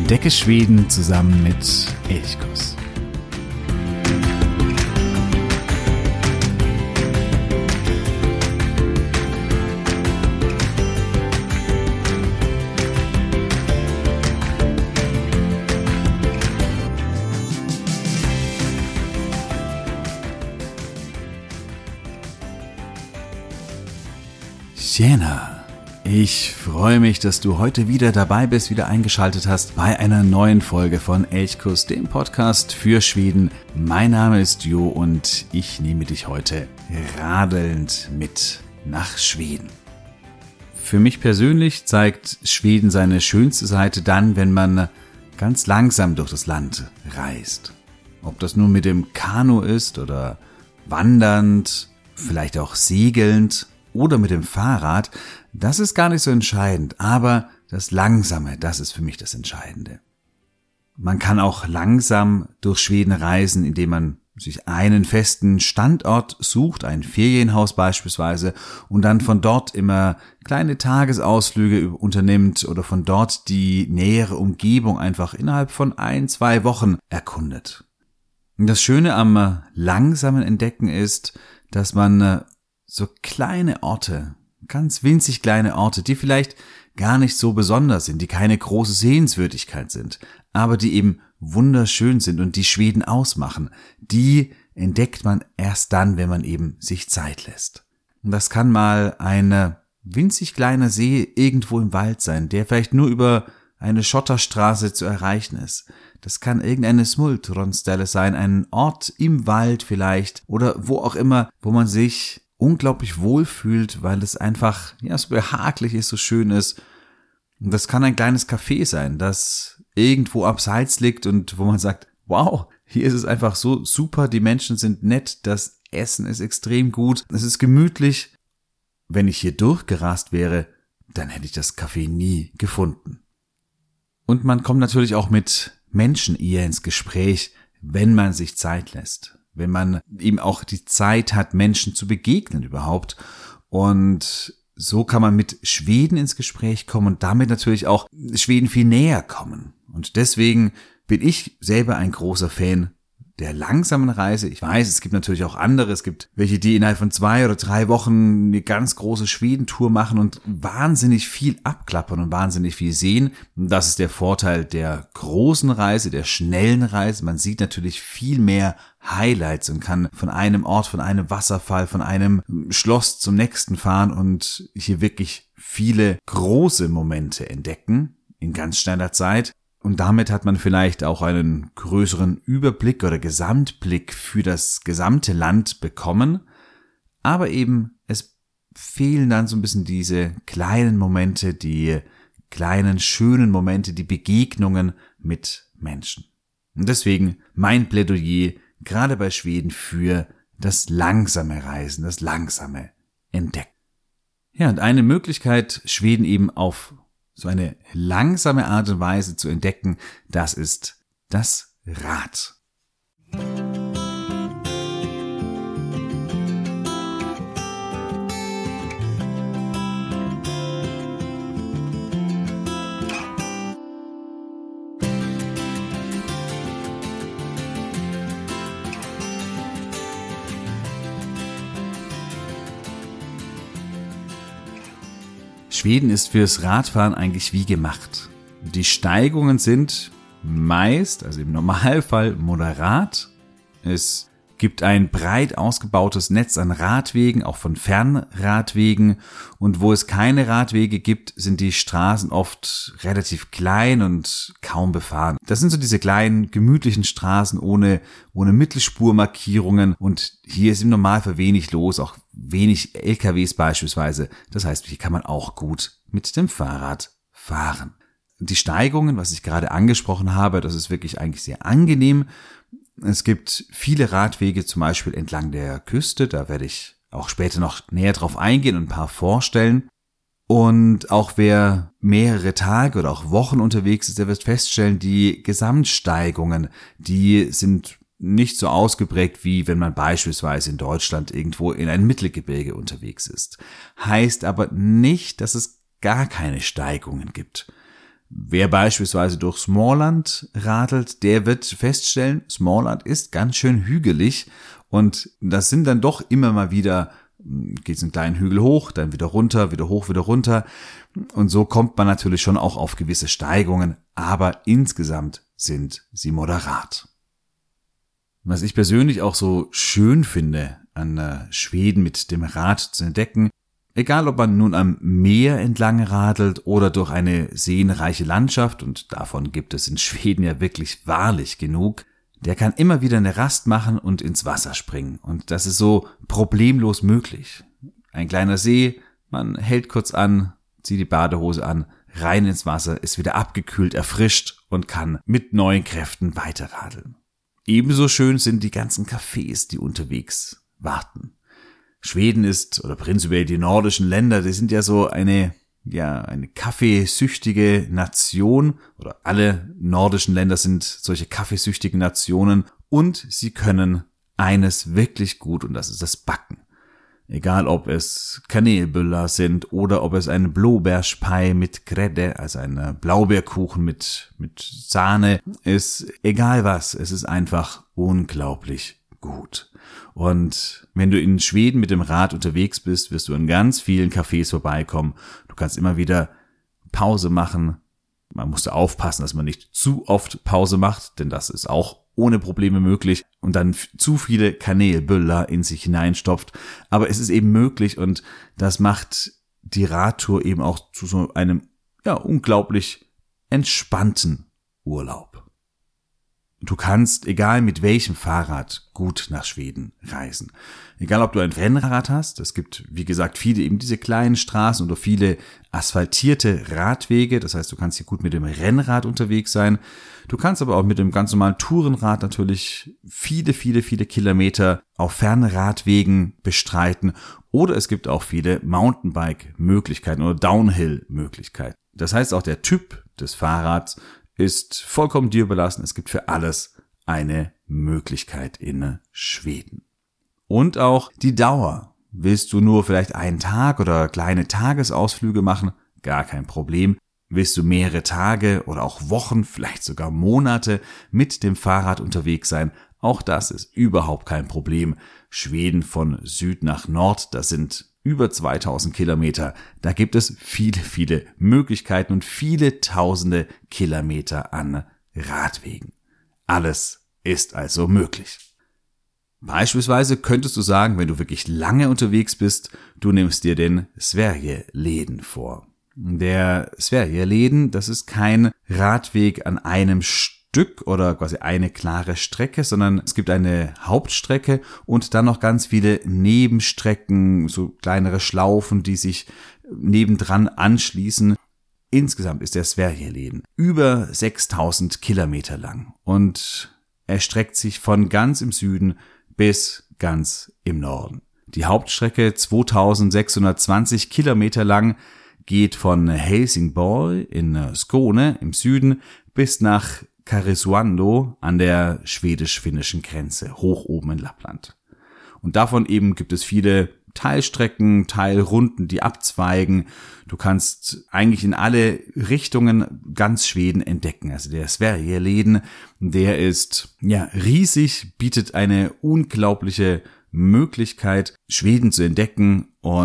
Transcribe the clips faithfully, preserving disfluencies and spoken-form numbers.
Entdecke Schweden zusammen mit Elchkuss. Tjena! Ich freue mich, dass du heute wieder dabei bist, wieder eingeschaltet hast bei einer neuen Folge von Elchkuss, dem Podcast für Schweden. Mein Name ist Jo und ich nehme dich heute radelnd mit nach Schweden. Für mich persönlich zeigt Schweden seine schönste Seite dann, wenn man ganz langsam durch das Land reist. Ob das nun mit dem Kanu ist oder wandernd, vielleicht auch segelnd oder mit dem Fahrrad, das ist gar nicht so entscheidend, aber das Langsame, das ist für mich das Entscheidende. Man kann auch langsam durch Schweden reisen, indem man sich einen festen Standort sucht, ein Ferienhaus beispielsweise, und dann von dort immer kleine Tagesausflüge unternimmt oder von dort die nähere Umgebung einfach innerhalb von ein, zwei Wochen erkundet. Und das Schöne am langsamen Entdecken ist, dass man so kleine Orte, ganz winzig kleine Orte, die vielleicht gar nicht so besonders sind, die keine große Sehenswürdigkeit sind, aber die eben wunderschön sind und die Schweden ausmachen, die entdeckt man erst dann, wenn man eben sich Zeit lässt. Und das kann mal ein winzig kleiner See irgendwo im Wald sein, der vielleicht nur über eine Schotterstraße zu erreichen ist. Das kann irgendeine Smultronstelle sein, ein Ort im Wald vielleicht oder wo auch immer, wo man sich unglaublich wohlfühlt, weil es einfach ja so behaglich ist, so schön ist. Und das kann ein kleines Café sein, das irgendwo abseits liegt und wo man sagt, wow, hier ist es einfach so super, die Menschen sind nett, das Essen ist extrem gut, es ist gemütlich. Wenn ich hier durchgerast wäre, dann hätte ich das Café nie gefunden. Und man kommt natürlich auch mit Menschen eher ins Gespräch, wenn man sich Zeit lässt. Wenn man eben auch die Zeit hat, Menschen zu begegnen überhaupt. Und so kann man mit Schweden ins Gespräch kommen und damit natürlich auch Schweden viel näher kommen. Und deswegen bin ich selber ein großer Fan der langsamen Reise. Ich weiß, es gibt natürlich auch andere. Es gibt welche, die innerhalb von zwei oder drei Wochen eine ganz große Schwedentour machen und wahnsinnig viel abklappern und wahnsinnig viel sehen. Das ist der Vorteil der großen Reise, der schnellen Reise. Man sieht natürlich viel mehr Highlights und kann von einem Ort, von einem Wasserfall, von einem Schloss zum nächsten fahren und hier wirklich viele große Momente entdecken in ganz schneller Zeit. Und damit hat man vielleicht auch einen größeren Überblick oder Gesamtblick für das gesamte Land bekommen. Aber eben, es fehlen dann so ein bisschen diese kleinen Momente, die kleinen schönen Momente, die Begegnungen mit Menschen. Und deswegen mein Plädoyer, gerade bei Schweden, für das langsame Reisen, das langsame Entdecken. Ja, und eine Möglichkeit, Schweden eben auf so eine langsame Art und Weise zu entdecken, das ist das Rad. Schweden ist fürs Radfahren eigentlich wie gemacht. Die Steigungen sind meist, also im Normalfall, moderat. Es gibt ein breit ausgebautes Netz an Radwegen, auch von Fernradwegen. Und wo es keine Radwege gibt, sind die Straßen oft relativ klein und kaum befahren. Das sind so diese kleinen, gemütlichen Straßen ohne, ohne Mittelspurmarkierungen. Und hier ist im Normalfall wenig los, auch wenig L K Ws beispielsweise. Das heißt, hier kann man auch gut mit dem Fahrrad fahren. Die Steigungen, was ich gerade angesprochen habe, das ist wirklich eigentlich sehr angenehm. Es gibt viele Radwege, zum Beispiel entlang der Küste. Da werde ich auch später noch näher drauf eingehen und ein paar vorstellen. Und auch wer mehrere Tage oder auch Wochen unterwegs ist, der wird feststellen, die Gesamtsteigungen, die sind nicht so ausgeprägt, wie wenn man beispielsweise in Deutschland irgendwo in einem Mittelgebirge unterwegs ist. Heißt aber nicht, dass es gar keine Steigungen gibt. Wer beispielsweise durch Småland radelt, der wird feststellen, Småland ist ganz schön hügelig und das sind dann doch immer mal wieder, geht es einen kleinen Hügel hoch, dann wieder runter, wieder hoch, wieder runter und so kommt man natürlich schon auch auf gewisse Steigungen, aber insgesamt sind sie moderat. Was ich persönlich auch so schön finde an Schweden mit dem Rad zu entdecken, egal ob man nun am Meer entlang radelt oder durch eine seenreiche Landschaft, und davon gibt es in Schweden ja wirklich wahrlich genug, der kann immer wieder eine Rast machen und ins Wasser springen. Und das ist so problemlos möglich. Ein kleiner See, man hält kurz an, zieht die Badehose an, rein ins Wasser, ist wieder abgekühlt, erfrischt und kann mit neuen Kräften weiterradeln. Ebenso schön sind die ganzen Cafés, die unterwegs warten. Schweden ist, oder prinzipiell die nordischen Länder, die sind ja so eine, ja, eine kaffeesüchtige Nation, oder alle nordischen Länder sind solche kaffeesüchtigen Nationen, und sie können eines wirklich gut, und das ist das Backen. Egal ob es Kanelbullar sind oder ob es ein Blåbärspaj mit Grädde, also ein Blaubeerkuchen mit, mit Sahne ist, egal was, es ist einfach unglaublich gut. Und wenn du in Schweden mit dem Rad unterwegs bist, wirst du in ganz vielen Cafés vorbeikommen. Du kannst immer wieder Pause machen. Man muss da aufpassen, dass man nicht zu oft Pause macht, denn das ist auch ohne Probleme möglich und dann zu viele Kanelbullar in sich hineinstopft. Aber es ist eben möglich und das macht die Radtour eben auch zu so einem, ja, unglaublich entspannten Urlaub. Du kannst, egal mit welchem Fahrrad, gut nach Schweden reisen. Egal, ob du ein Rennrad hast, es gibt, wie gesagt, viele eben diese kleinen Straßen oder viele asphaltierte Radwege, das heißt, du kannst hier gut mit dem Rennrad unterwegs sein. Du kannst aber auch mit dem ganz normalen Tourenrad natürlich viele, viele, viele Kilometer auf Fernradwegen bestreiten oder es gibt auch viele Mountainbike-Möglichkeiten oder Downhill-Möglichkeiten. Das heißt, auch der Typ des Fahrrads ist vollkommen dir überlassen. Es gibt für alles eine Möglichkeit in Schweden. Und auch die Dauer. Willst du nur vielleicht einen Tag oder kleine Tagesausflüge machen? Gar kein Problem. Willst du mehrere Tage oder auch Wochen, vielleicht sogar Monate mit dem Fahrrad unterwegs sein? Auch das ist überhaupt kein Problem. Schweden von Süd nach Nord, das sind über zweitausend Kilometer. Da gibt es viele, viele Möglichkeiten und viele tausende Kilometer an Radwegen. Alles ist also möglich. Beispielsweise könntest du sagen, wenn du wirklich lange unterwegs bist, du nimmst dir den Sverige-Leden vor. Der Sverige-Leden, das ist kein Radweg an einem Stück oder quasi eine klare Strecke, sondern es gibt eine Hauptstrecke und dann noch ganz viele Nebenstrecken, so kleinere Schlaufen, die sich nebendran anschließen. Insgesamt ist der Sverige-Leden über sechstausend Kilometer lang und er streckt sich von ganz im Süden bis ganz im Norden. Die Hauptstrecke, zweitausendsechshundertzwanzig Kilometer lang, geht von Helsingborg in Skåne im Süden bis nach Karesuando an der schwedisch-finnischen Grenze, hoch oben in Lappland. Und davon eben gibt es viele Teilstrecken, Teilrunden, die abzweigen. Du kannst eigentlich in alle Richtungen ganz Schweden entdecken. Also der Sverige-Leden, der ist ja riesig, bietet eine unglaubliche Möglichkeit, Schweden zu entdecken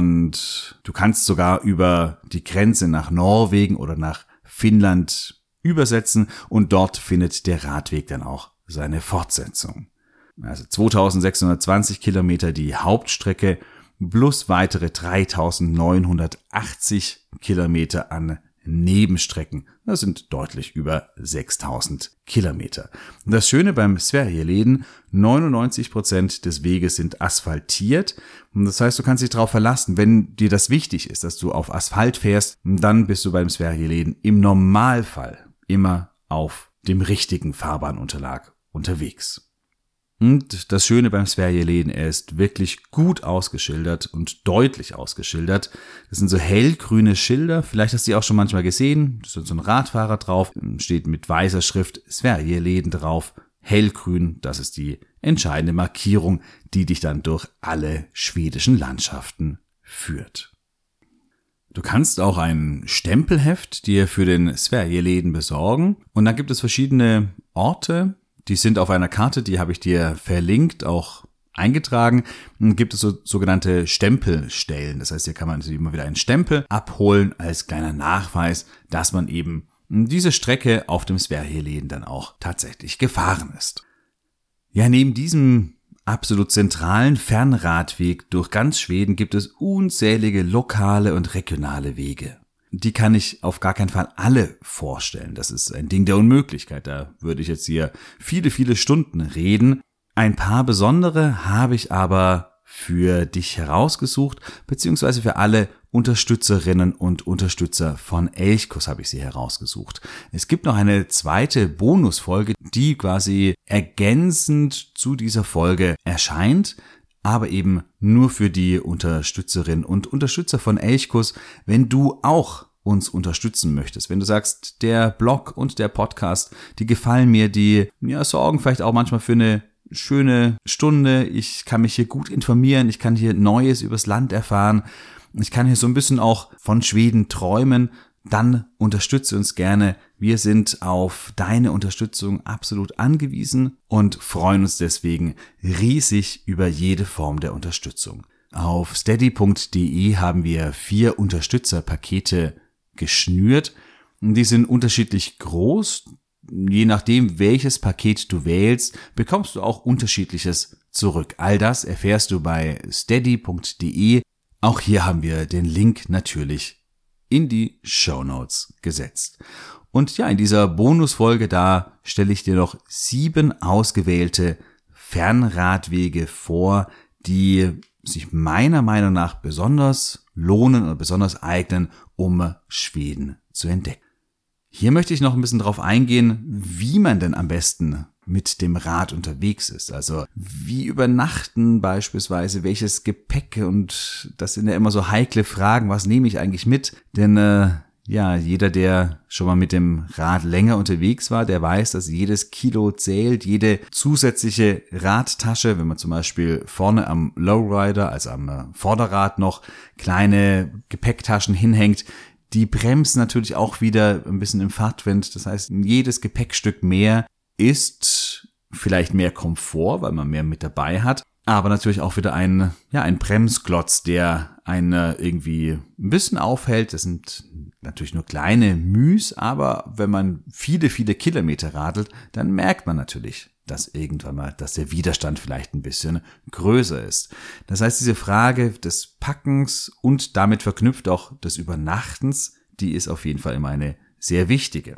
und du kannst sogar über die Grenze nach Norwegen oder nach Finnland übersetzen und dort findet der Radweg dann auch seine Fortsetzung. Also zweitausendsechshundertzwanzig Kilometer die Hauptstrecke plus weitere dreitausendneunhundertachtzig Kilometer an Nebenstrecken. Das sind deutlich über sechstausend Kilometer. Und das Schöne beim Sverige-Leden, neunundneunzig Prozent des Weges sind asphaltiert. Und das heißt, du kannst dich darauf verlassen, wenn dir das wichtig ist, dass du auf Asphalt fährst, dann bist du beim Sverige-Leden im Normalfall immer auf dem richtigen Fahrbahnunterlag unterwegs. Und das Schöne beim Sverige-Leden, er ist wirklich gut ausgeschildert und deutlich ausgeschildert. Das sind so hellgrüne Schilder, vielleicht hast du die auch schon manchmal gesehen. Da ist so ein Radfahrer drauf, steht mit weißer Schrift Sverige-Leden drauf. Hellgrün, das ist die entscheidende Markierung, die dich dann durch alle schwedischen Landschaften führt. Du kannst auch ein Stempelheft dir für den Sverigeläden besorgen und dann gibt es verschiedene Orte, die sind auf einer Karte, die habe ich dir verlinkt, auch eingetragen. Dann gibt es so sogenannte Stempelstellen, das heißt, hier kann man immer wieder einen Stempel abholen als kleiner Nachweis, dass man eben diese Strecke auf dem Sverigeläden dann auch tatsächlich gefahren ist. Ja, neben diesem absolut zentralen Fernradweg durch ganz Schweden gibt es unzählige lokale und regionale Wege. Die kann ich auf gar keinen Fall alle vorstellen. Das ist ein Ding der Unmöglichkeit. Da würde ich jetzt hier viele, viele Stunden reden. Ein paar besondere habe ich aber für dich herausgesucht, beziehungsweise für alle Unterstützerinnen und Unterstützer von Elchkuss habe ich sie herausgesucht. Es gibt noch eine zweite Bonusfolge, die quasi ergänzend zu dieser Folge erscheint, aber eben nur für die Unterstützerinnen und Unterstützer von Elchkuss. Wenn du auch uns unterstützen möchtest, wenn du sagst, der Blog und der Podcast, die gefallen mir, die ja, sorgen vielleicht auch manchmal für eine schöne Stunde, ich kann mich hier gut informieren, ich kann hier Neues übers Land erfahren, ich kann hier so ein bisschen auch von Schweden träumen, dann unterstütze uns gerne. Wir sind auf deine Unterstützung absolut angewiesen und freuen uns deswegen riesig über jede Form der Unterstützung. Auf steady punkt de haben wir vier Unterstützerpakete geschnürt. Die sind unterschiedlich groß. Je nachdem, welches Paket du wählst, bekommst du auch unterschiedliches zurück. All das erfährst du bei steady punkt de. Auch hier haben wir den Link natürlich in die Shownotes gesetzt. Und ja, in dieser Bonusfolge, da stelle ich dir noch sieben ausgewählte Fernradwege vor, die sich meiner Meinung nach besonders lohnen oder besonders eignen, um Schweden zu entdecken. Hier möchte ich noch ein bisschen drauf eingehen, wie man denn am besten mit dem Rad unterwegs ist. Also wie übernachten beispielsweise, welches Gepäck, und das sind ja immer so heikle Fragen, was nehme ich eigentlich mit? Denn äh, ja, jeder, der schon mal mit dem Rad länger unterwegs war, der weiß, dass jedes Kilo zählt, jede zusätzliche Radtasche, wenn man zum Beispiel vorne am Lowrider, also am äh, Vorderrad noch kleine Gepäcktaschen hinhängt, die bremsen natürlich auch wieder ein bisschen im Fahrtwind. Das heißt, jedes Gepäckstück mehr ist vielleicht mehr Komfort, weil man mehr mit dabei hat, aber natürlich auch wieder ein, ja, ein Bremsklotz, der einen irgendwie ein bisschen aufhält. Das sind natürlich nur kleine Mühs, aber wenn man viele, viele Kilometer radelt, dann merkt man natürlich, dass irgendwann mal, dass der Widerstand vielleicht ein bisschen größer ist. Das heißt, diese Frage des Packens und damit verknüpft auch des Übernachtens, die ist auf jeden Fall immer eine sehr wichtige.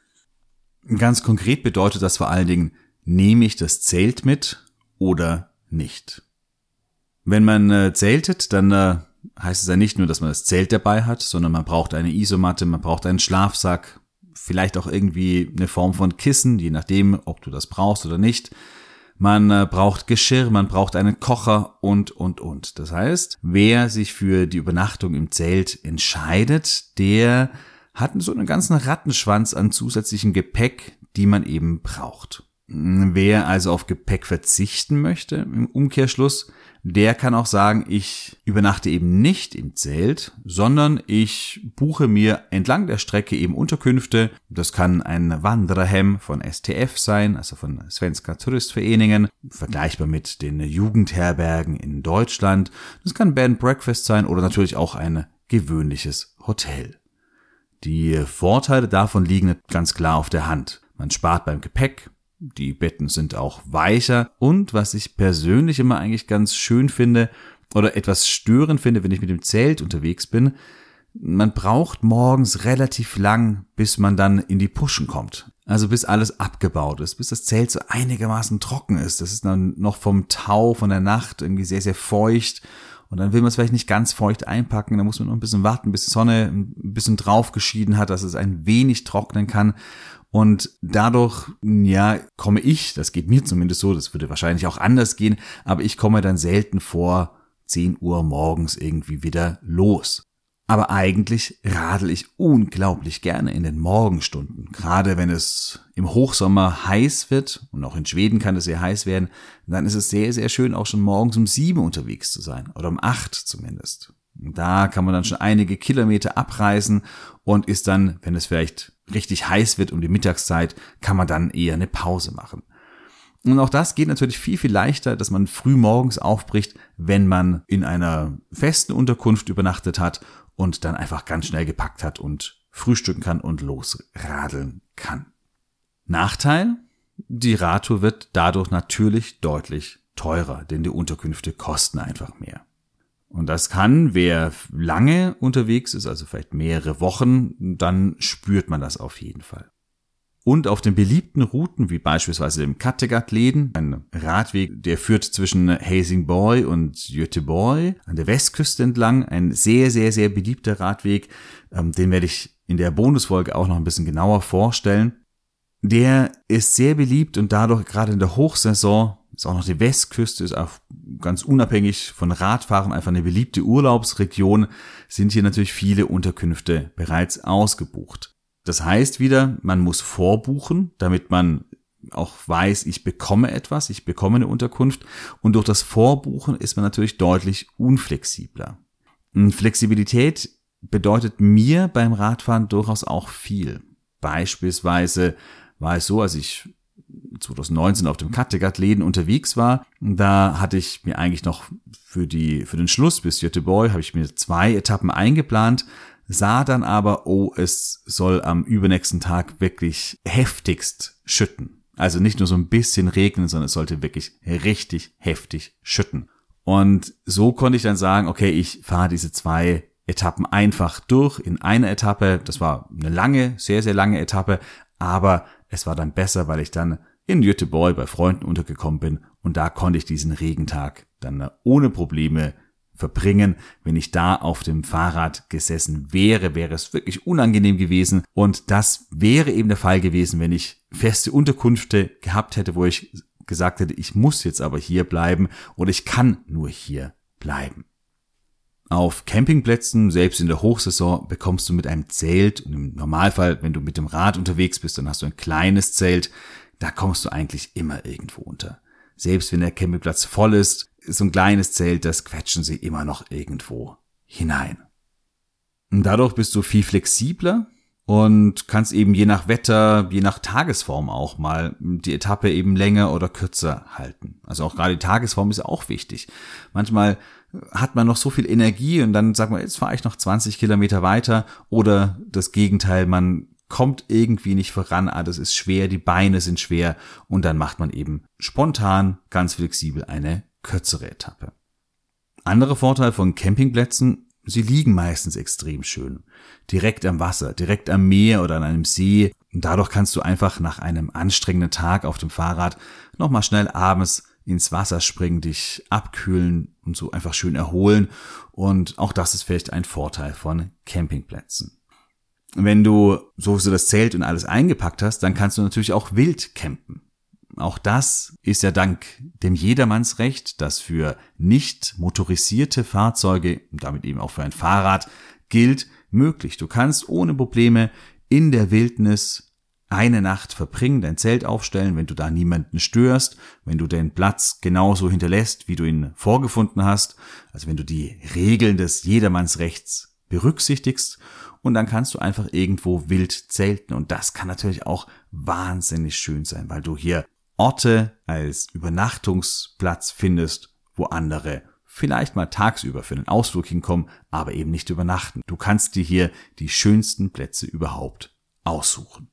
Ganz konkret bedeutet das vor allen Dingen, nehme ich das Zelt mit oder nicht? Wenn man äh, zeltet, dann äh, heißt es ja nicht nur, dass man das Zelt dabei hat, sondern man braucht eine Isomatte, man braucht einen Schlafsack, vielleicht auch irgendwie eine Form von Kissen, je nachdem, ob du das brauchst oder nicht. Man äh, braucht Geschirr, man braucht einen Kocher und, und, und. Das heißt, wer sich für die Übernachtung im Zelt entscheidet, der hat so einen ganzen Rattenschwanz an zusätzlichem Gepäck, die man eben braucht. Wer also auf Gepäck verzichten möchte, im Umkehrschluss, der kann auch sagen, ich übernachte eben nicht im Zelt, sondern ich buche mir entlang der Strecke eben Unterkünfte. Das kann ein Wandererhem von S T F sein, also von Svenska Turistföreningen, vergleichbar mit den Jugendherbergen in Deutschland. Das kann Bed and Breakfast sein oder natürlich auch ein gewöhnliches Hotel. Die Vorteile davon liegen ganz klar auf der Hand. Man spart beim Gepäck. Die Betten sind auch weicher und was ich persönlich immer eigentlich ganz schön finde oder etwas störend finde, wenn ich mit dem Zelt unterwegs bin, man braucht morgens relativ lang, bis man dann in die Puschen kommt. Also bis alles abgebaut ist, bis das Zelt so einigermaßen trocken ist. Das ist dann noch vom Tau von der Nacht irgendwie sehr, sehr feucht. Und dann will man es vielleicht nicht ganz feucht einpacken, dann muss man noch ein bisschen warten, bis die Sonne ein bisschen drauf geschieden hat, dass es ein wenig trocknen kann. Und dadurch, ja, komme ich, das geht mir zumindest so, das würde wahrscheinlich auch anders gehen, aber ich komme dann selten vor zehn Uhr morgens irgendwie wieder los. Aber eigentlich radel ich unglaublich gerne in den Morgenstunden. Gerade wenn es im Hochsommer heiß wird, und auch in Schweden kann es sehr heiß werden, dann ist es sehr, sehr schön, auch schon morgens um sieben unterwegs zu sein. Oder um acht zumindest. Da kann man dann schon einige Kilometer abreisen und ist dann, wenn es vielleicht richtig heiß wird um die Mittagszeit, kann man dann eher eine Pause machen. Und auch das geht natürlich viel, viel leichter, dass man früh morgens aufbricht, wenn man in einer festen Unterkunft übernachtet hat und dann einfach ganz schnell gepackt hat und frühstücken kann und losradeln kann. Nachteil? Die Radtour wird dadurch natürlich deutlich teurer, denn die Unterkünfte kosten einfach mehr. Und das kann, wer lange unterwegs ist, also vielleicht mehrere Wochen, dann spürt man das auf jeden Fall. Und auf den beliebten Routen, wie beispielsweise dem Kattegat-Leden, ein Radweg, der führt zwischen Helsingborg und Göteborg an der Westküste entlang, ein sehr, sehr, sehr beliebter Radweg, den werde ich in der Bonusfolge auch noch ein bisschen genauer vorstellen. Der ist sehr beliebt und dadurch gerade in der Hochsaison, ist auch noch die Westküste, ist auch ganz unabhängig von Radfahren einfach eine beliebte Urlaubsregion, sind hier natürlich viele Unterkünfte bereits ausgebucht. Das heißt wieder, man muss vorbuchen, damit man auch weiß, ich bekomme etwas, ich bekomme eine Unterkunft. Und durch das Vorbuchen ist man natürlich deutlich unflexibler. Und Flexibilität bedeutet mir beim Radfahren durchaus auch viel. Beispielsweise war es so, als ich zwanzig neunzehn auf dem Kattegat-Leden unterwegs war, da hatte ich mir eigentlich noch für die für den Schluss bis Göteborg, habe ich mir zwei Etappen eingeplant, sah dann aber, oh, es soll am übernächsten Tag wirklich heftigst schütten. Also nicht nur so ein bisschen regnen, sondern es sollte wirklich richtig heftig schütten. Und so konnte ich dann sagen, okay, ich fahre diese zwei Etappen einfach durch in einer Etappe. Das war eine lange, sehr, sehr lange Etappe, aber es war dann besser, weil ich dann in Göteborg bei Freunden untergekommen bin und da konnte ich diesen Regentag dann ohne Probleme verbringen. Wenn ich da auf dem Fahrrad gesessen wäre, wäre es wirklich unangenehm gewesen und das wäre eben der Fall gewesen, wenn ich feste Unterkünfte gehabt hätte, wo ich gesagt hätte, ich muss jetzt aber hier bleiben oder ich kann nur hier bleiben. Auf Campingplätzen, selbst in der Hochsaison, bekommst du mit einem Zelt und im Normalfall, wenn du mit dem Rad unterwegs bist, dann hast du ein kleines Zelt, da kommst du eigentlich immer irgendwo unter. Selbst wenn der Campingplatz voll ist, so ein kleines Zelt, das quetschen sie immer noch irgendwo hinein. Und dadurch bist du viel flexibler und kannst eben je nach Wetter, je nach Tagesform auch mal die Etappe eben länger oder kürzer halten. Also auch gerade die Tagesform ist auch wichtig. Manchmal hat man noch so viel Energie und dann sagt man, jetzt fahre ich noch zwanzig Kilometer weiter oder das Gegenteil, man kommt irgendwie nicht voran, ah, das ist schwer, die Beine sind schwer und dann macht man eben spontan, ganz flexibel eine kürzere Etappe. Anderer Vorteil von Campingplätzen, sie liegen meistens extrem schön. Direkt am Wasser, direkt am Meer oder an einem See. Und dadurch kannst du einfach nach einem anstrengenden Tag auf dem Fahrrad nochmal schnell abends ins Wasser springen, dich abkühlen und so einfach schön erholen. Und auch das ist vielleicht ein Vorteil von Campingplätzen. Wenn du sowieso das Zelt und alles eingepackt hast, dann kannst du natürlich auch wild campen. Auch das ist ja dank dem Jedermannsrecht, das für nicht motorisierte Fahrzeuge, und damit eben auch für ein Fahrrad, gilt, möglich. Du kannst ohne Probleme in der Wildnis eine Nacht verbringen, dein Zelt aufstellen, wenn du da niemanden störst, wenn du den Platz genauso hinterlässt, wie du ihn vorgefunden hast, also wenn du die Regeln des Jedermannsrechts berücksichtigst, und dann kannst du einfach irgendwo wild zelten und das kann natürlich auch wahnsinnig schön sein, weil du hier Orte als Übernachtungsplatz findest, wo andere vielleicht mal tagsüber für einen Ausflug hinkommen, aber eben nicht übernachten. Du kannst dir hier die schönsten Plätze überhaupt aussuchen.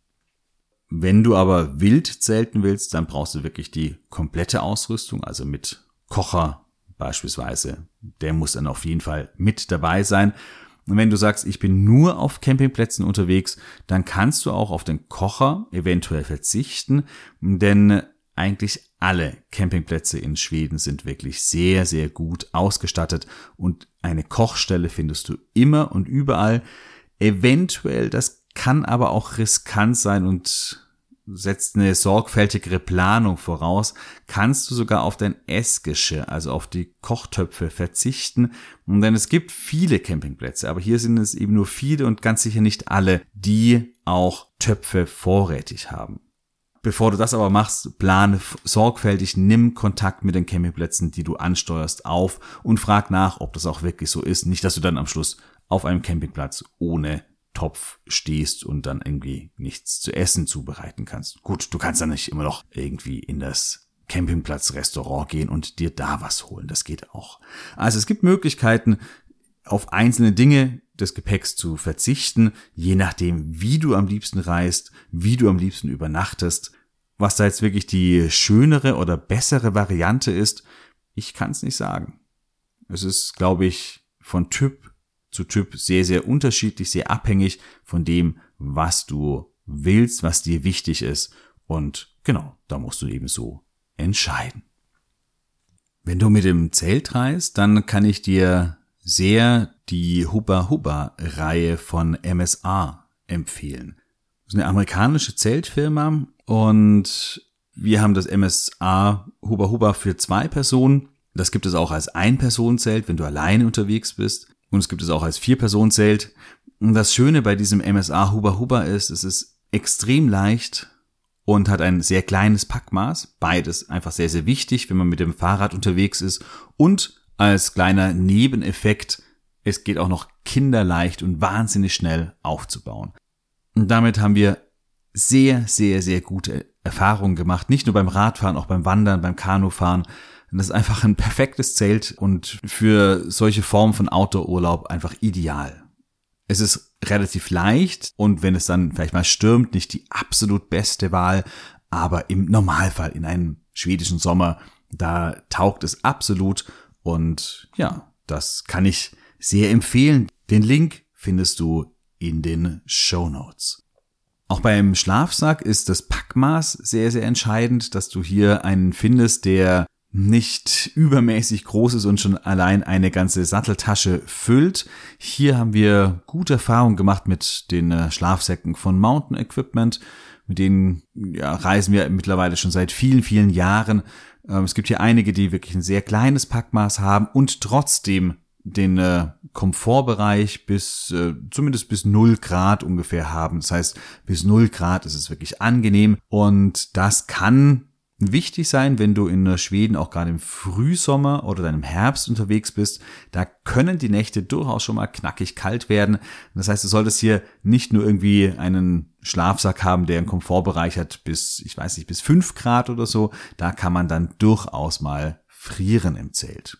Wenn du aber wild zelten willst, dann brauchst du wirklich die komplette Ausrüstung, also mit Kocher beispielsweise. Der muss dann auf jeden Fall mit dabei sein. Und wenn du sagst, ich bin nur auf Campingplätzen unterwegs, dann kannst du auch auf den Kocher eventuell verzichten, denn eigentlich alle Campingplätze in Schweden sind wirklich sehr, sehr gut ausgestattet und eine Kochstelle findest du immer und überall. Eventuell, das kann aber auch riskant sein und setzt eine sorgfältigere Planung voraus, kannst du sogar auf dein Essgeschirr, also auf die Kochtöpfe verzichten. Denn es gibt viele Campingplätze, aber hier sind es eben nur viele und ganz sicher nicht alle, die auch Töpfe vorrätig haben. Bevor du das aber machst, plane sorgfältig, nimm Kontakt mit den Campingplätzen, die du ansteuerst, auf und frag nach, ob das auch wirklich so ist. Nicht, dass du dann am Schluss auf einem Campingplatz ohne Topf stehst und dann irgendwie nichts zu essen zubereiten kannst. Gut, du kannst dann nicht immer noch irgendwie in das Campingplatzrestaurant gehen und dir da was holen. Das geht auch. Also es gibt Möglichkeiten, auf einzelne Dinge des Gepäcks zu verzichten, je nachdem, wie du am liebsten reist, wie du am liebsten übernachtest. Was da jetzt wirklich die schönere oder bessere Variante ist, ich kann es nicht sagen. Es ist, glaube ich, von Typ zu Typ sehr, sehr unterschiedlich, sehr abhängig von dem, was du willst, was dir wichtig ist. Und genau, da musst du eben so entscheiden. Wenn du mit dem Zelt reist, dann kann ich dir sehr die Hubba Hubba Reihe von M S R empfehlen. Das ist eine amerikanische Zeltfirma und wir haben das M S R Hubba Hubba für zwei Personen. Das gibt es auch als Ein-Personen-Zelt, wenn du alleine unterwegs bist. Und es gibt es auch als Vier-Personen-Zelt. Und das Schöne bei diesem M S R Hubba Hubba ist, es ist extrem leicht und hat ein sehr kleines Packmaß. Beides einfach sehr, sehr wichtig, wenn man mit dem Fahrrad unterwegs ist. Und als kleiner Nebeneffekt, es geht auch noch kinderleicht und wahnsinnig schnell aufzubauen. Und damit haben wir sehr, sehr, sehr gute Erfahrungen gemacht. Nicht nur beim Radfahren, auch beim Wandern, beim Kanufahren. Das ist einfach ein perfektes Zelt und für solche Formen von Outdoor-Urlaub einfach ideal. Es ist relativ leicht und wenn es dann vielleicht mal stürmt, nicht die absolut beste Wahl, aber im Normalfall in einem schwedischen Sommer, da taugt es absolut und ja, das kann ich sehr empfehlen. Den Link findest du in den Shownotes. Auch beim Schlafsack ist das Packmaß sehr, sehr entscheidend, dass du hier einen findest, der nicht übermäßig groß ist und schon allein eine ganze Satteltasche füllt. Hier haben wir gute Erfahrungen gemacht mit den Schlafsäcken von Mountain Equipment. Mit denen ja, reisen wir mittlerweile schon seit vielen, vielen Jahren. Es gibt hier einige, die wirklich ein sehr kleines Packmaß haben und trotzdem den äh, Komfortbereich bis äh, zumindest bis null Grad ungefähr haben. Das heißt, bis null Grad ist es wirklich angenehm und das kann wichtig sein, wenn du in Schweden auch gerade im Frühsommer oder dann im Herbst unterwegs bist. Da können die Nächte durchaus schon mal knackig kalt werden. Das heißt, du solltest hier nicht nur irgendwie einen Schlafsack haben, der einen Komfortbereich hat bis, ich weiß nicht, bis fünf Grad oder so. Da kann man dann durchaus mal frieren im Zelt.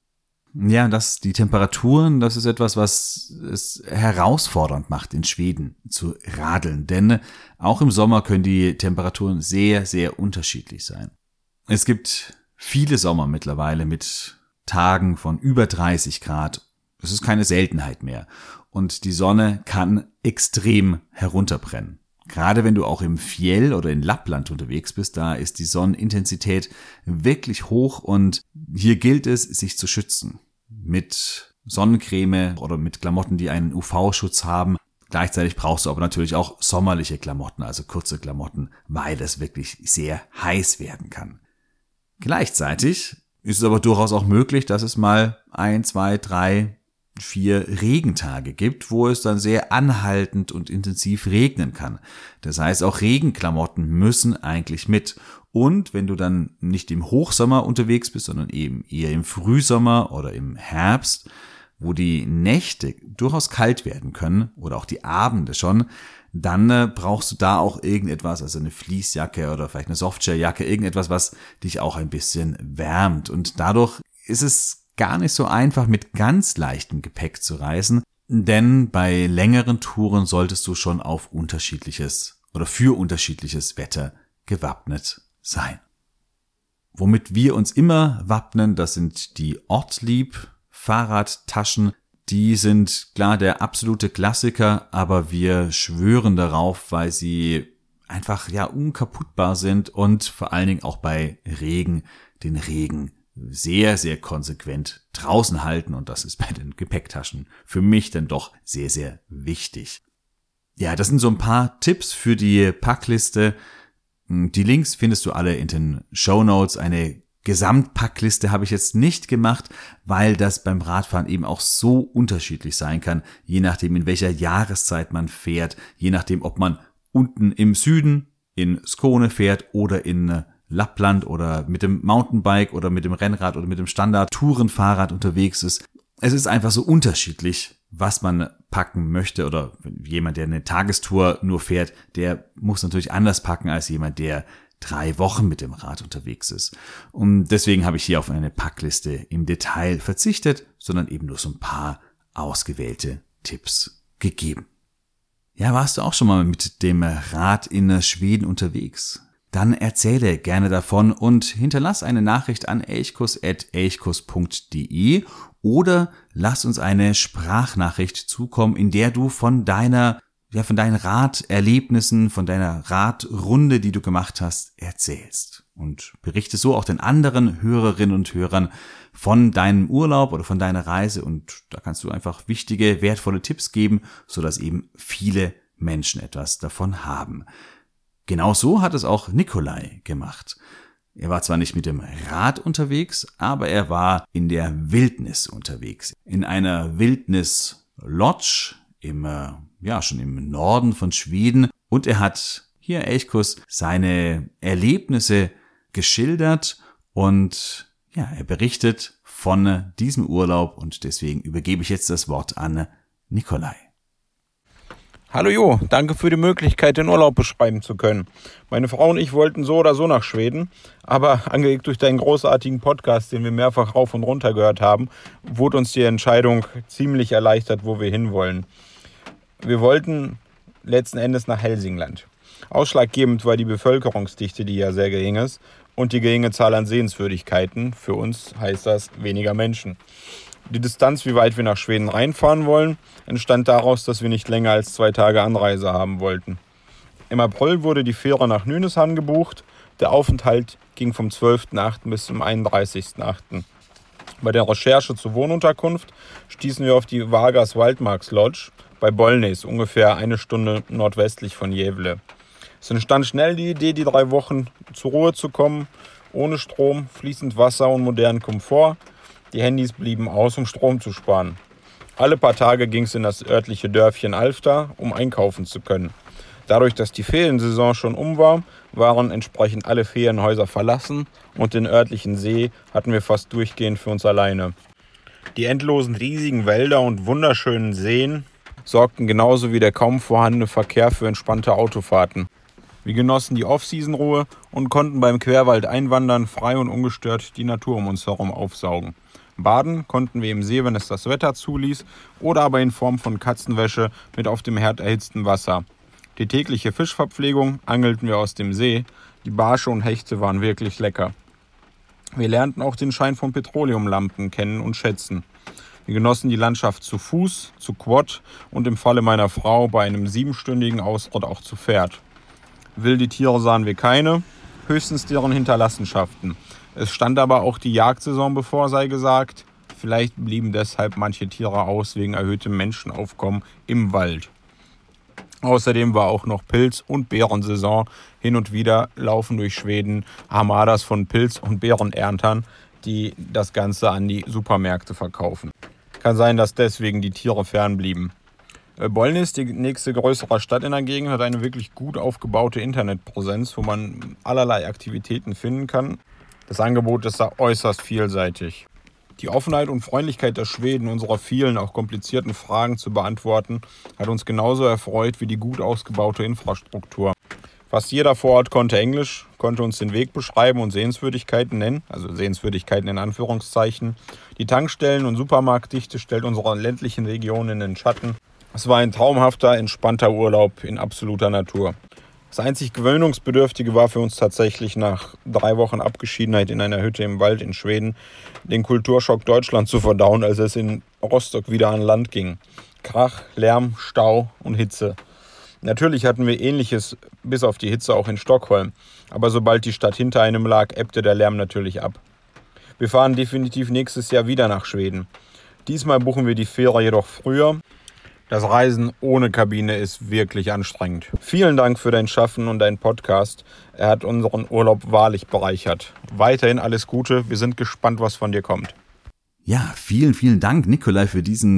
Ja, das, die Temperaturen, das ist etwas, was es herausfordernd macht, in Schweden zu radeln. Denn auch im Sommer können die Temperaturen sehr, sehr unterschiedlich sein. Es gibt viele Sommer mittlerweile mit Tagen von über dreißig Grad. Das ist keine Seltenheit mehr. Und die Sonne kann extrem herunterbrennen. Gerade wenn du auch im Fjell oder in Lappland unterwegs bist, da ist die Sonnenintensität wirklich hoch und hier gilt es, sich zu schützen. Mit Sonnencreme oder mit Klamotten, die einen U V-Schutz haben. Gleichzeitig brauchst du aber natürlich auch sommerliche Klamotten, also kurze Klamotten, weil es wirklich sehr heiß werden kann. Gleichzeitig ist es aber durchaus auch möglich, dass es mal ein, zwei, drei, vier Regentage gibt, wo es dann sehr anhaltend und intensiv regnen kann. Das heißt, auch Regenklamotten müssen eigentlich mit. Und wenn du dann nicht im Hochsommer unterwegs bist, sondern eben eher im Frühsommer oder im Herbst, wo die Nächte durchaus kalt werden können oder auch die Abende schon, dann äh, brauchst du da auch irgendetwas, also eine Fleecejacke oder vielleicht eine Softshelljacke, irgendetwas, was dich auch ein bisschen wärmt. Und dadurch ist es gar nicht so einfach, mit ganz leichtem Gepäck zu reisen, denn bei längeren Touren solltest du schon auf unterschiedliches oder für unterschiedliches Wetter gewappnet sein. Womit wir uns immer wappnen, das sind die Ortlieb Fahrradtaschen. Die sind klar der absolute Klassiker, aber wir schwören darauf, weil sie einfach ja unkaputtbar sind und vor allen Dingen auch bei Regen den Regen sehr, sehr konsequent draußen halten und das ist bei den Gepäcktaschen für mich dann doch sehr, sehr wichtig. Ja, das sind so ein paar Tipps für die Packliste. Die Links findest du alle in den Shownotes. Eine Gesamtpackliste habe ich jetzt nicht gemacht, weil das beim Radfahren eben auch so unterschiedlich sein kann, je nachdem in welcher Jahreszeit man fährt, je nachdem ob man unten im Süden in Skåne fährt oder in Lappland oder mit dem Mountainbike oder mit dem Rennrad oder mit dem Standard-Tourenfahrrad unterwegs ist. Es ist einfach so unterschiedlich, was man packen möchte, oder jemand, der eine Tagestour nur fährt, der muss natürlich anders packen als jemand, der drei Wochen mit dem Rad unterwegs ist. Und deswegen habe ich hier auf eine Packliste im Detail verzichtet, sondern eben nur so ein paar ausgewählte Tipps gegeben. Ja, warst du auch schon mal mit dem Rad in Schweden unterwegs? Dann erzähle gerne davon und hinterlass eine Nachricht an elchkuss at elchkuss punkt de oder lass uns eine Sprachnachricht zukommen, in der du von deiner, ja, von deinen Raderlebnissen, von deiner Radrunde, die du gemacht hast, erzählst. Und berichte so auch den anderen Hörerinnen und Hörern von deinem Urlaub oder von deiner Reise. Und da kannst du einfach wichtige, wertvolle Tipps geben, sodass eben viele Menschen etwas davon haben. Genau so hat es auch Nikolai gemacht. Er war zwar nicht mit dem Rad unterwegs, aber er war in der Wildnis unterwegs. In einer Wildnis-Lodge im, äh, ja, schon im Norden von Schweden. Und er hat hier Elchkuss seine Erlebnisse geschildert und ja, er berichtet von diesem Urlaub und deswegen übergebe ich jetzt das Wort an Nikolai. Hallo Jo, danke für die Möglichkeit, den Urlaub beschreiben zu können. Meine Frau und ich wollten so oder so nach Schweden, aber angeregt durch deinen großartigen Podcast, den wir mehrfach rauf und runter gehört haben, wurde uns die Entscheidung ziemlich erleichtert, wo wir hinwollen. Wir wollten letzten Endes nach Hälsingland. Ausschlaggebend war die Bevölkerungsdichte, die ja sehr gering ist, und die geringe Zahl an Sehenswürdigkeiten. Für uns heißt das weniger Menschen. Die Distanz, wie weit wir nach Schweden reinfahren wollen, entstand daraus, dass wir nicht länger als zwei Tage Anreise haben wollten. Im April wurde die Fähre nach Nynäshamn gebucht. Der Aufenthalt ging vom zwölften achten bis zum einunddreißigsten achten Bei der Recherche zur Wohnunterkunft stießen wir auf die Vargas Wildmarks Lodge bei Bollnäs, ungefähr eine Stunde nordwestlich von Gävle. Es entstand schnell die Idee, die drei Wochen zur Ruhe zu kommen, ohne Strom, fließend Wasser und modernen Komfort. Die Handys blieben aus, um Strom zu sparen. Alle paar Tage ging es in das örtliche Dörfchen Alfta, um einkaufen zu können. Dadurch, dass die Feriensaison schon um war, waren entsprechend alle Ferienhäuser verlassen und den örtlichen See hatten wir fast durchgehend für uns alleine. Die endlosen riesigen Wälder und wunderschönen Seen sorgten genauso wie der kaum vorhandene Verkehr für entspannte Autofahrten. Wir genossen die Off-Season-Ruhe und konnten beim Querwald einwandern, frei und ungestört die Natur um uns herum aufsaugen. Baden konnten wir im See, wenn es das Wetter zuließ, oder aber in Form von Katzenwäsche mit auf dem Herd erhitztem Wasser. Die tägliche Fischverpflegung angelten wir aus dem See. Die Barsche und Hechte waren wirklich lecker. Wir lernten auch den Schein von Petroleumlampen kennen und schätzen. Wir genossen die Landschaft zu Fuß, zu Quad und im Falle meiner Frau bei einem siebenstündigen Ausritt auch zu Pferd. Wilde Tiere sahen wir keine, höchstens deren Hinterlassenschaften. Es stand aber auch die Jagdsaison bevor, sei gesagt. Vielleicht blieben deshalb manche Tiere aus wegen erhöhtem Menschenaufkommen im Wald. Außerdem war auch noch Pilz- und Beerensaison. Hin und wieder laufen durch Schweden Armadas von Pilz- und Beerenerntern, die das Ganze an die Supermärkte verkaufen. Kann sein, dass deswegen die Tiere fernblieben. Bollnäs, die nächste größere Stadt in der Gegend, hat eine wirklich gut aufgebaute Internetpräsenz, wo man allerlei Aktivitäten finden kann. Das Angebot ist da äußerst vielseitig. Die Offenheit und Freundlichkeit der Schweden, unsere vielen, auch komplizierten Fragen zu beantworten, hat uns genauso erfreut wie die gut ausgebaute Infrastruktur. Fast jeder vor Ort konnte Englisch, konnte uns den Weg beschreiben und Sehenswürdigkeiten nennen, also Sehenswürdigkeiten in Anführungszeichen. Die Tankstellen- und Supermarktdichte stellt unsere ländlichen Regionen in den Schatten. Es war ein traumhafter, entspannter Urlaub in absoluter Natur. Das einzig Gewöhnungsbedürftige war für uns tatsächlich nach drei Wochen Abgeschiedenheit in einer Hütte im Wald in Schweden den Kulturschock Deutschland zu verdauen, als es in Rostock wieder an Land ging. Krach, Lärm, Stau und Hitze. Natürlich hatten wir Ähnliches, bis auf die Hitze, auch in Stockholm. Aber sobald die Stadt hinter einem lag, ebbte der Lärm natürlich ab. Wir fahren definitiv nächstes Jahr wieder nach Schweden. Diesmal buchen wir die Fähre jedoch früher. Das Reisen ohne Kabine ist wirklich anstrengend. Vielen Dank für dein Schaffen und deinen Podcast. Er hat unseren Urlaub wahrlich bereichert. Weiterhin alles Gute. Wir sind gespannt, was von dir kommt. Ja, vielen, vielen Dank, Nikolai, für diesen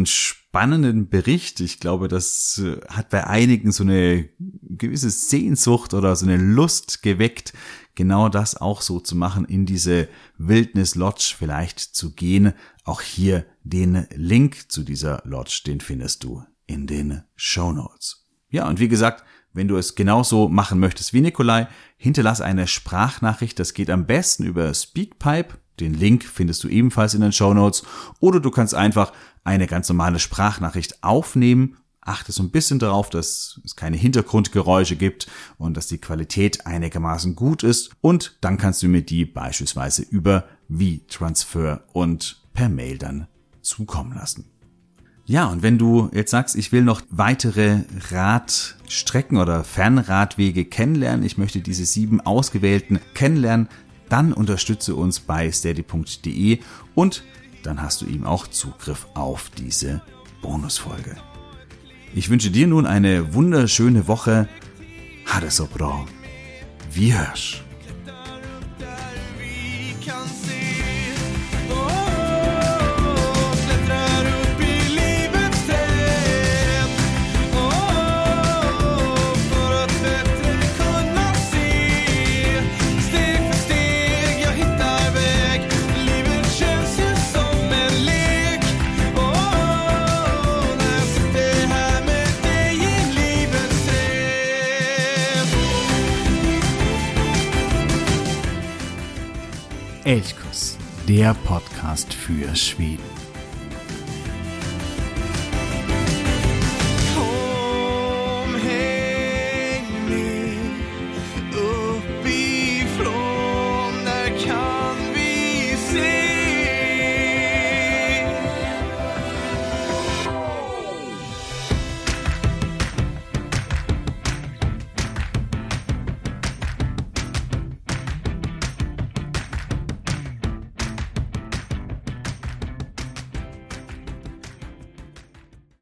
spannenden Bericht. Ich glaube, das hat bei einigen so eine gewisse Sehnsucht oder so eine Lust geweckt, genau das auch so zu machen, in diese Wildnis Lodge vielleicht zu gehen. Auch hier den Link zu dieser Lodge, den findest du in den Shownotes. Ja, und wie gesagt, wenn du es genauso machen möchtest wie Nikolai, hinterlass eine Sprachnachricht. Das geht am besten über Speakpipe. Den Link findest du ebenfalls in den Shownotes. Oder du kannst einfach eine ganz normale Sprachnachricht aufnehmen. Achte so ein bisschen darauf, dass es keine Hintergrundgeräusche gibt und dass die Qualität einigermaßen gut ist. Und dann kannst du mir die beispielsweise über WeTransfer und per Mail dann zukommen lassen. Ja, und wenn du jetzt sagst, ich will noch weitere Radstrecken oder Fernradwege kennenlernen, ich möchte diese sieben ausgewählten kennenlernen, dann unterstütze uns bei steady punkt de und dann hast du eben auch Zugriff auf diese Bonusfolge. Ich wünsche dir nun eine wunderschöne Woche. Ha det så bra. Vi hörs. Elchkuss, der Podcast für Schweden.